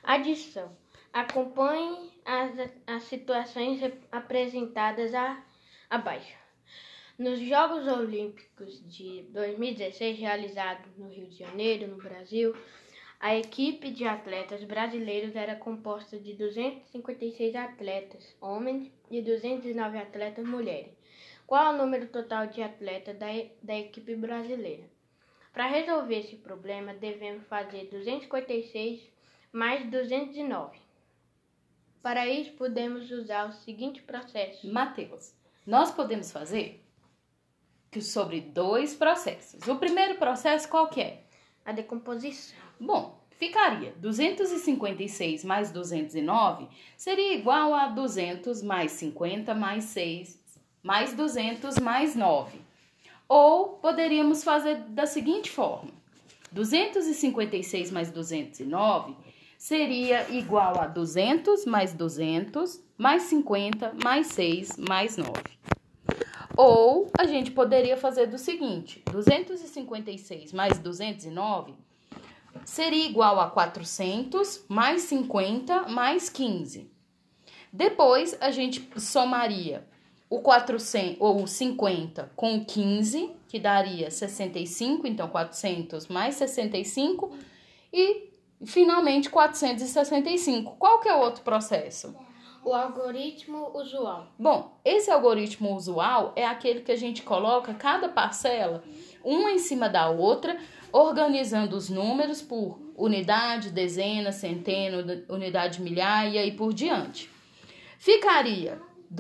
Adição. Acompanhe as situações apresentadas abaixo. Nos Jogos Olímpicos de 2016, realizados no Rio de Janeiro, no Brasil, a equipe de atletas brasileiros era composta de 256 atletas homens e 209 atletas mulheres. Qual é o número total de atletas da equipe brasileira? Para resolver esse problema, devemos fazer 256 mais 209. Para isso, podemos usar o seguinte processo. Mateus, nós podemos fazer sobre 2 processos. O primeiro processo qual que é? A decomposição. Bom, ficaria 256 mais 209 seria igual a 200 mais 50 mais 6 mais 200 mais 9. Ou poderíamos fazer da seguinte forma. 256 mais 209 seria igual a 200 mais 200 mais 50 mais 6 mais 9. Ou a gente poderia fazer do seguinte, 256 mais 209 seria igual a 400 mais 50 mais 15. Depois a gente somaria o 400 ou o 50 com o 15, que daria 65, então 400 mais 65 e finalmente 465. Qual que é o outro processo? O algoritmo usual. Bom, esse algoritmo usual é aquele que a gente coloca cada parcela uma em cima da outra, organizando os números por unidade, dezena, centena, unidade milhar e aí por diante. Ficaria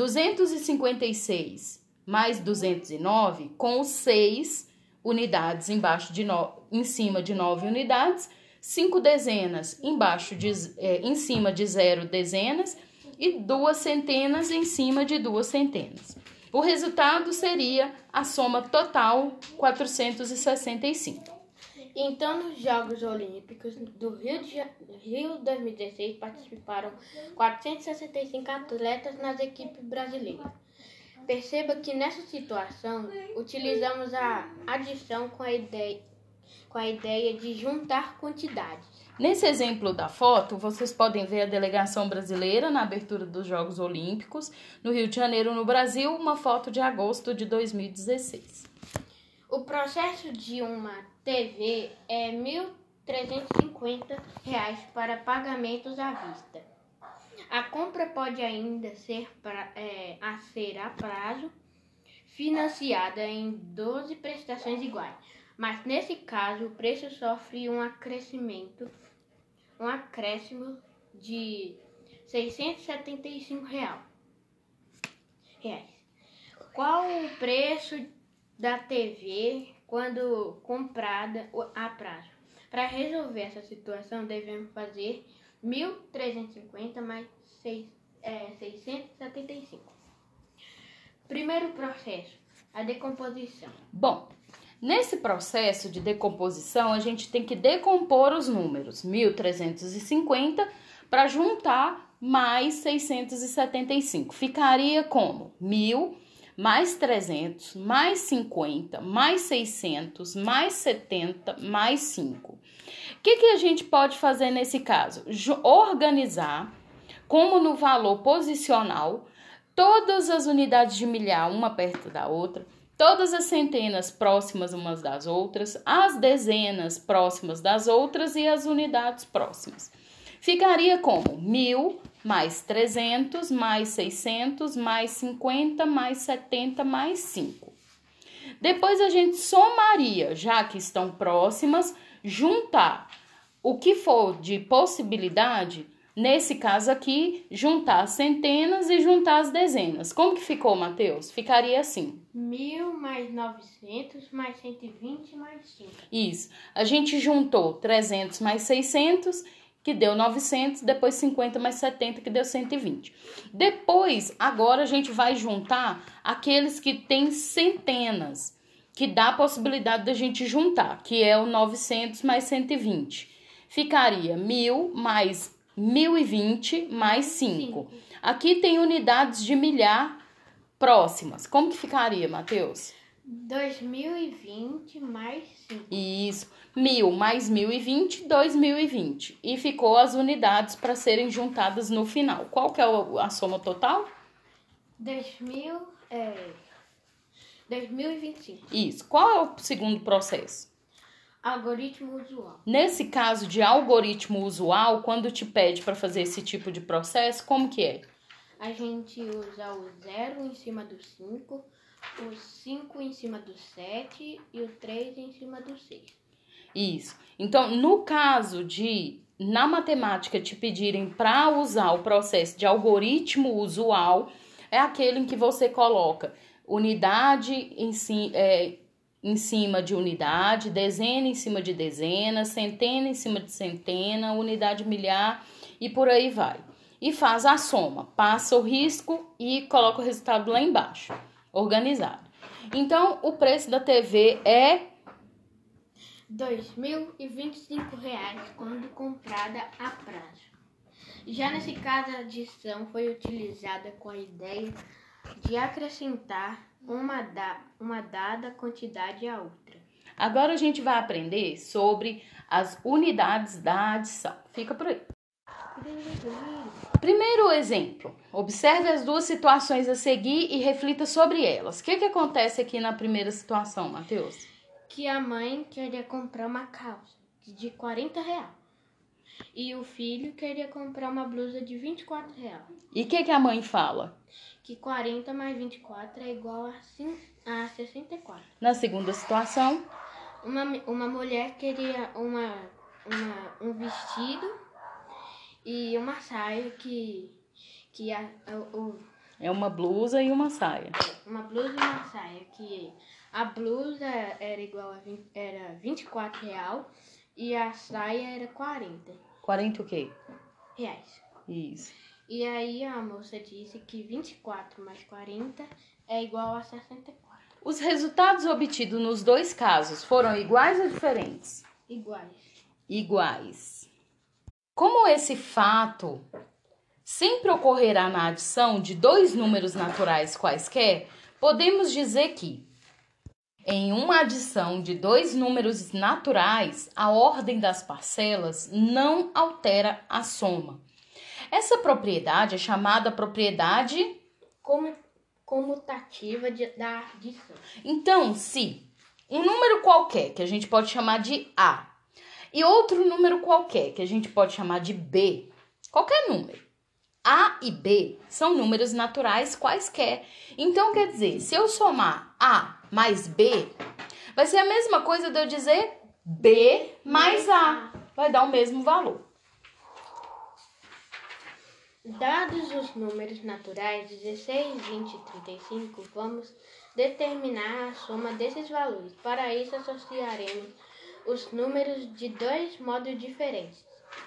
256 mais 209 com 6 unidades em cima de 9 unidades, 5 dezenas em cima de 0 dezenas e 2 centenas em cima de 2 centenas. O resultado seria a soma total 465. Então, nos Jogos Olímpicos do Rio 2016 participaram 465 atletas nas equipes brasileiras. Perceba que nessa situação utilizamos a adição com a ideia de juntar quantidades. Nesse exemplo da foto, vocês podem ver a delegação brasileira na abertura dos Jogos Olímpicos no Rio de Janeiro, no Brasil, uma foto de agosto de 2016. O processo de uma TV é R$ 1.350 para pagamentos à vista. A compra pode ainda ser a prazo, financiada em 12 prestações iguais, mas nesse caso o preço sofre um acréscimo de R$ 675. Qual o preço da TV quando comprada a prazo? Para resolver essa situação, devemos fazer 1.350 mais 675. Primeiro processo, a decomposição. Bom, nesse processo de decomposição, a gente tem que decompor os números 1.350 para juntar mais 675. Ficaria como 1.000 mais 300, mais 50, mais 600, mais 70, mais 5. O que a gente pode fazer nesse caso? Organizar, como no valor posicional, todas as unidades de milhar, uma perto da outra, todas as centenas próximas umas das outras, as dezenas próximas das outras e as unidades próximas. Ficaria como 1.000 mais 300, mais 600, mais 50, mais 70, mais 5. Depois a gente somaria, já que estão próximas, juntar o que for de possibilidade, nesse caso aqui, juntar as centenas e juntar as dezenas. Como que ficou, Mateus? Ficaria assim. 1.000 mais 900 mais 120 mais 5. Isso. A gente juntou 300 mais 600, que deu 900, depois 50 mais 70, que deu 120. Depois, agora a gente vai juntar aqueles que tem centenas, que dá a possibilidade da gente juntar, que é o 900 mais 120. Ficaria 1.000 mais 1.020 mais 5. Aqui tem unidades de milhar próximas. Como que ficaria, Mateus? 2.020 mais 5. Isso. 1.000 mais 1.020, 2.020. E ficou as unidades para serem juntadas no final. Qual que é a soma total? 2.025. Isso. Qual é o segundo processo? Algoritmo usual. Nesse caso de algoritmo usual, quando te pede para fazer esse tipo de processo, como que é? A gente usa o 0 em cima do 5, o 5 em cima do 7 e o 3 em cima do 6. Isso. Então, no caso de, na matemática, te pedirem para usar o processo de algoritmo usual, é aquele em que você coloca unidade em cima de unidade, dezena em cima de dezena, centena em cima de centena, unidade milhar e por aí vai. E faz a soma, passa o risco e coloca o resultado lá embaixo, organizado. Então, o preço da TV é R$ 2.025 quando comprada a prazo. Já nesse caso, a adição foi utilizada com a ideia de acrescentar uma dada quantidade à outra. Agora a gente vai aprender sobre as unidades da adição. Fica por aí. Primeiro exemplo. Observe as duas situações a seguir e reflita sobre elas. O que acontece aqui na primeira situação, Matheus? Que a mãe queria comprar uma calça de R$ 40 e o filho queria comprar uma blusa de R$ 24. E o que a mãe fala? Que 40 mais 24 é igual a 64. Na segunda situação, uma mulher queria um vestido e uma saia é uma blusa e uma saia. Uma blusa e uma saia, que a blusa era igual era R$ 24 e a saia era 40. 40 o quê? Reais. Isso. E aí a moça disse que 24 mais 40 é igual a 64. Os resultados obtidos nos dois casos foram iguais ou diferentes? Iguais. Como esse fato sempre ocorrerá na adição de dois números naturais quaisquer, podemos dizer que, em uma adição de dois números naturais, a ordem das parcelas não altera a soma. Essa propriedade é chamada propriedade comutativa da adição. Então, se um número qualquer, que a gente pode chamar de A, e outro número qualquer, que a gente pode chamar de B, qualquer número, A e B são números naturais quaisquer. Então, quer dizer, se eu somar A mais B, vai ser a mesma coisa de eu dizer B mais A. Vai dar o mesmo valor. Dados os números naturais 16, 20 e 35, vamos determinar a soma desses valores. Para isso, associaremos os números de dois modos diferentes.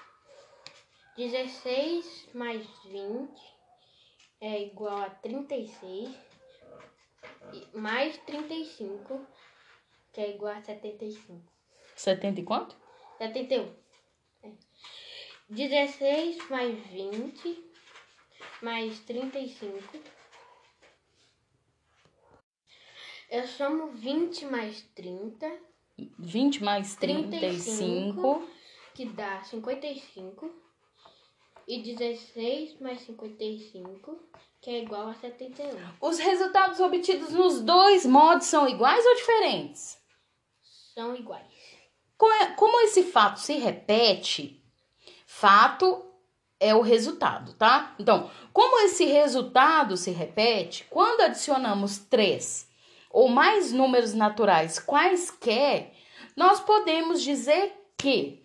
16 mais 20 é igual a 36, mais 35, que é igual a 75. 70 e quanto? 71. 16 mais 20 mais 35. Eu somo 20 mais 30. 20 mais 35. Que dá 55. E 16 mais 55, que é igual a 71. Os resultados obtidos nos dois modos são iguais ou diferentes? São iguais. Como esse fato se repete, fato é o resultado, tá? Então, como esse resultado se repete, quando adicionamos 3 ou mais números naturais quaisquer, nós podemos dizer que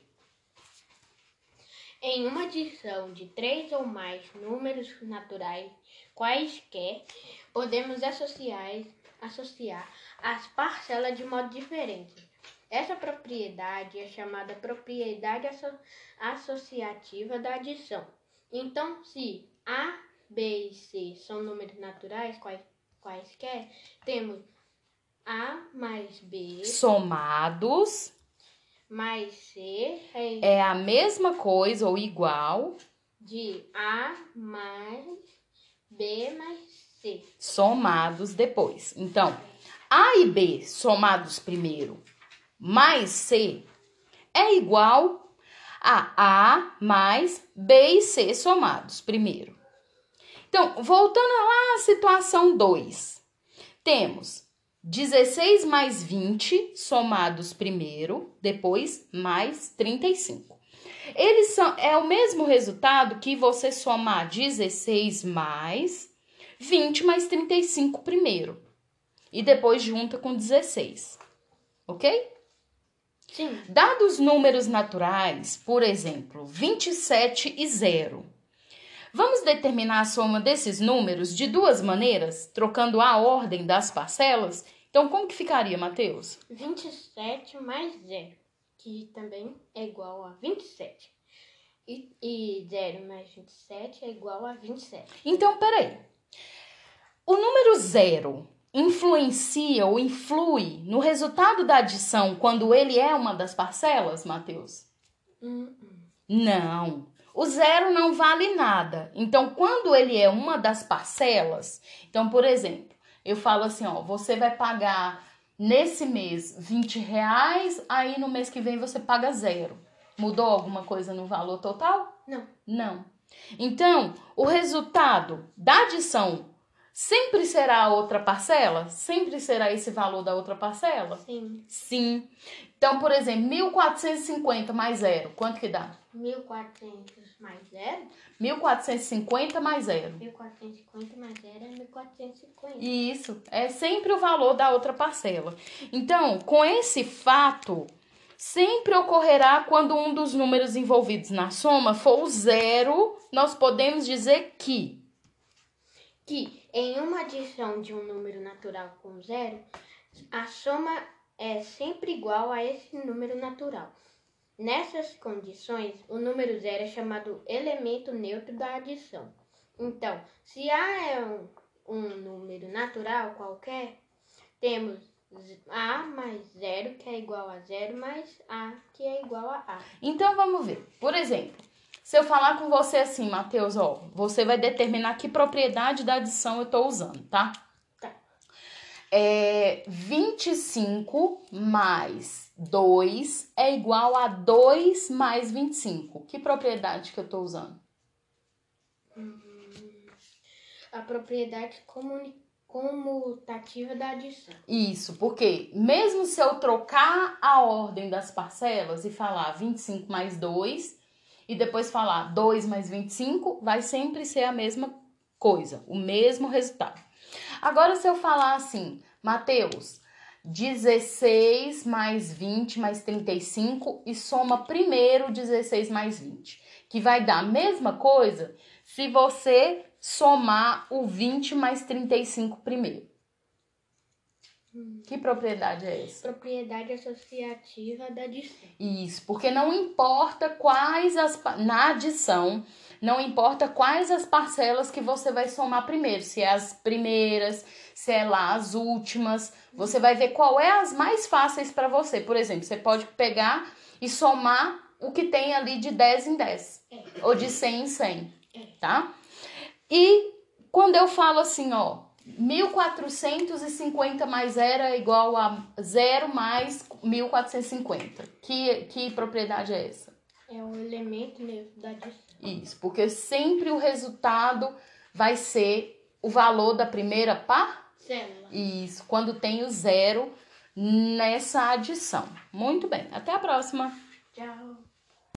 em uma adição de 3 ou mais números naturais quaisquer, podemos associar as parcelas de modo diferente. Essa propriedade é chamada propriedade associativa da adição. Então, se A, B e C são números naturais quaisquer, temos A mais B somados mais C é a mesma coisa ou igual de A mais B mais C. Somados depois. Então, A e B somados primeiro mais C é igual a A mais B e C somados primeiro. Então, voltando lá à situação 2, temos 16 mais 20 somados primeiro, depois mais 35. É o mesmo resultado que você somar 16 mais 20 mais 35 primeiro. E depois junta com 16. Ok? Sim. Dados números naturais, por exemplo, 27 e 0. Vamos determinar a soma desses números de duas maneiras, trocando a ordem das parcelas? Então, como que ficaria, Matheus? 27 mais 0, que também é igual a 27. E 0 mais 27 é igual a 27. Então, peraí. O número 0 influencia ou influi no resultado da adição quando ele é uma das parcelas, Matheus? Não. O 0 não vale nada. Então, quando ele é uma das parcelas, então, por exemplo, eu falo assim, ó, você vai pagar nesse mês R$20, aí no mês que vem você paga 0. Mudou alguma coisa no valor total? Não. Não. Então, o resultado da adição sempre será a outra parcela? Sempre será esse valor da outra parcela? Sim. Sim. Então, por exemplo, 1.450 mais 0, quanto que dá? 1.400 mais 0? 1.450 mais 0. 1.450 mais 0 é 1.450. Isso, é sempre o valor da outra parcela. Então, com esse fato, sempre ocorrerá quando um dos números envolvidos na soma for o 0, nós podemos dizer que em uma adição de um número natural com 0, a soma é sempre igual a esse número natural. Nessas condições, o número 0 é chamado elemento neutro da adição. Então, se A é um número natural qualquer, temos A mais 0, que é igual a 0, mais A, que é igual a A. Então, vamos ver. Por exemplo, se eu falar com você assim, Matheus, ó, você vai determinar que propriedade da adição eu estou usando, tá? Tá. 25 mais 2 é igual a 2 mais 25. Que propriedade que eu estou usando? A propriedade comutativa da adição. Isso, porque mesmo se eu trocar a ordem das parcelas e falar 25 mais 2 e depois falar 2 mais 25, vai sempre ser a mesma coisa, o mesmo resultado. Agora, se eu falar assim, Matheus, 16 mais 20 mais 35 e soma primeiro 16 mais 20, que vai dar a mesma coisa se você somar o 20 mais 35 primeiro. Que propriedade é essa? Propriedade associativa da adição. Isso, porque não importa na adição, não importa quais as parcelas que você vai somar primeiro, se é as primeiras, se é lá as últimas, você vai ver qual é as mais fáceis para você. Por exemplo, você pode pegar e somar o que tem ali de 10 em 10, ou de 100 em 100, tá? E quando eu falo assim, ó, 1.450 mais 0 é igual a 0 mais 1.450. Que propriedade é essa? É o elemento neutro da adição. Isso, porque sempre o resultado vai ser o valor da primeira parcela. Isso, quando tem o 0 nessa adição. Muito bem, até a próxima. Tchau.